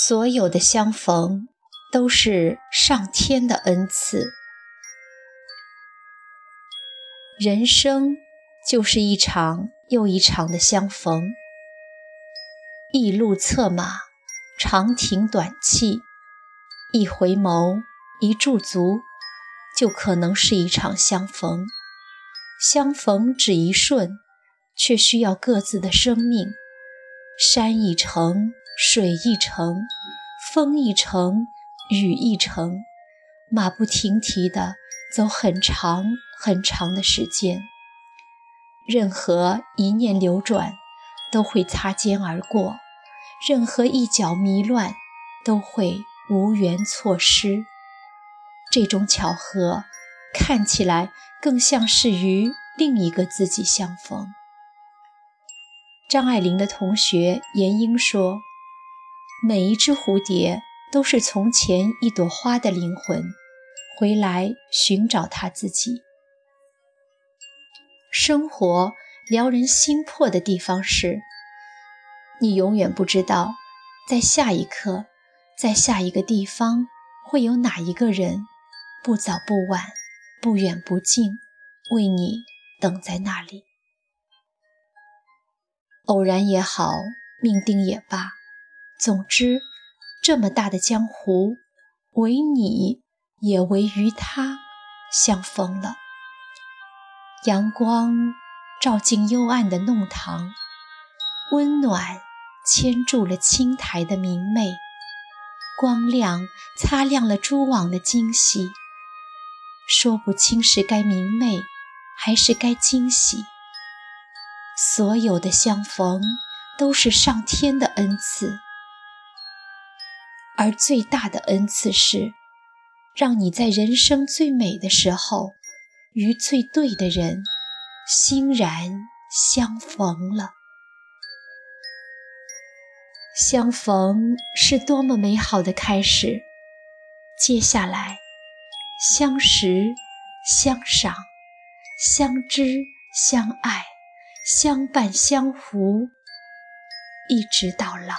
所有的相逢都是上天的恩赐。人生就是一场又一场的相逢，一路策马，长亭短憩，一回眸，一驻足，就可能是一场相逢。相逢只一瞬，却需要各自的生命。山一程，水一程，风一程，雨一程，马不停蹄地走很长很长的时间。任何一念流转都会擦肩而过，任何一角迷乱都会无缘错失。这种巧合看起来更像是与另一个自己相逢。张爱玲的同学闫英说，每一只蝴蝶都是从前一朵花的灵魂，回来寻找它自己。生活撩人心魄的地方是，你永远不知道在下一刻，在下一个地方会有哪一个人不早不晚，不远不近，为你等在那里。偶然也好，命定也罢，总之这么大的江湖，唯你也唯与他相逢了。阳光照进幽暗的弄堂，温暖牵住了青苔的明媚，光亮擦亮了蛛网的惊喜，说不清是该明媚还是该惊喜。所有的相逢都是上天的恩赐，而最大的恩赐是让你在人生最美的时候与最对的人欣然相逢了。相逢是多么美好的开始，接下来相识、相赏、相知、相爱，相伴相扶，一直到老。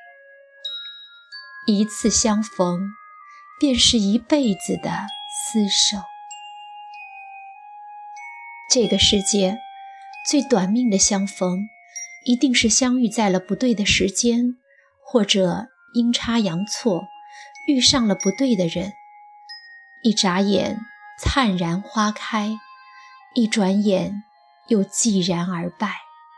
一次相逢便是一辈子的厮守。这个世界最短命的相逢，一定是相遇在了不对的时间，或者阴差阳错遇上了不对的人。一眨眼灿然花开，一转眼又寂然而败。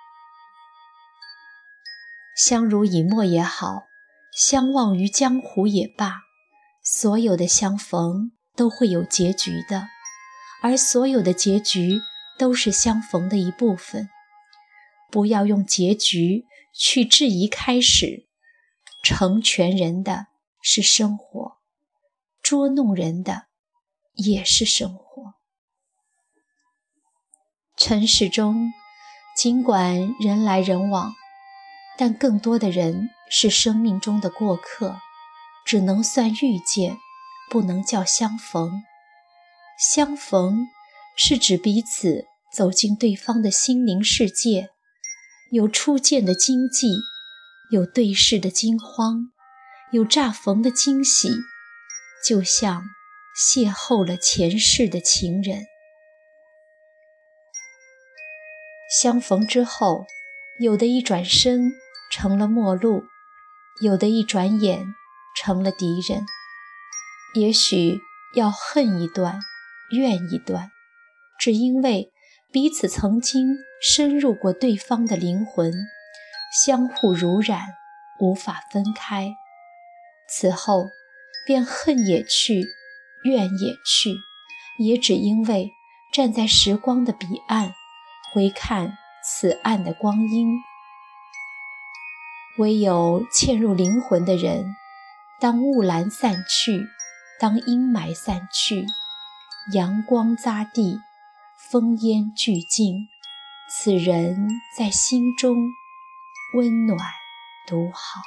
相濡以沫也好，相忘于江湖也罢，所有的相逢都会有结局的，而所有的结局都是相逢的一部分。不要用结局去质疑开始，成全人的是生活，捉弄人的也是生活。尘世中，尽管人来人往，但更多的人是生命中的过客，只能算遇见，不能叫相逢。相逢是指彼此走进对方的心灵世界，有初见的惊悸，有对视的惊慌，有乍逢的惊喜，就像邂逅了前世的情人。相逢之后，有的一转身成了陌路，有的一转眼成了敌人。也许要恨一段，怨一段，只因为彼此曾经深入过对方的灵魂，相互濡染，无法分开。此后便恨也去，怨也去，也只因为站在时光的彼岸，回看此岸的光阴。唯有嵌入灵魂的人，当雾岚散去，当阴霾散去，阳光匝地，烽烟俱尽，此人在心中温暖独好。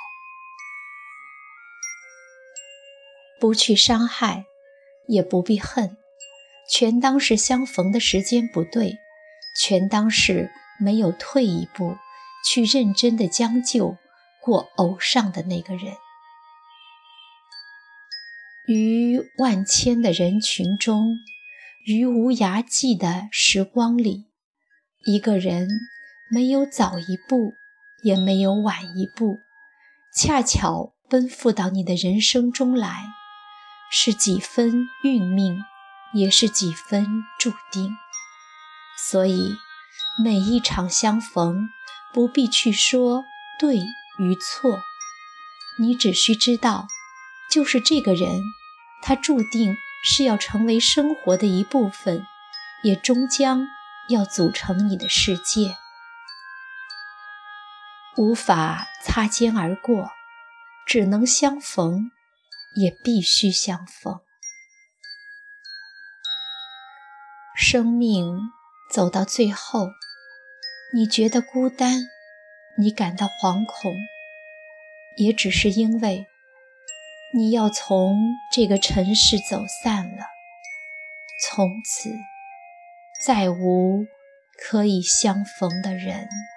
不去伤害，也不必恨，全当是相逢的时间不对，全当是没有退一步去认真的将就过偶上的那个人。 于万千的人群中，于无涯际的时光里，一个人没有早一步，也没有晚一步，恰巧奔赴到你的人生中来，是几分运命，也是几分注定。所以每一场相逢，不必去说对与错，你只需知道，就是这个人，他注定是要成为生活的一部分，也终将要组成你的世界。无法擦肩而过，只能相逢，也必须相逢。生命走到最后，你觉得孤单，你感到惶恐，也只是因为你要从这个尘世走散了，从此再无可以相逢的人。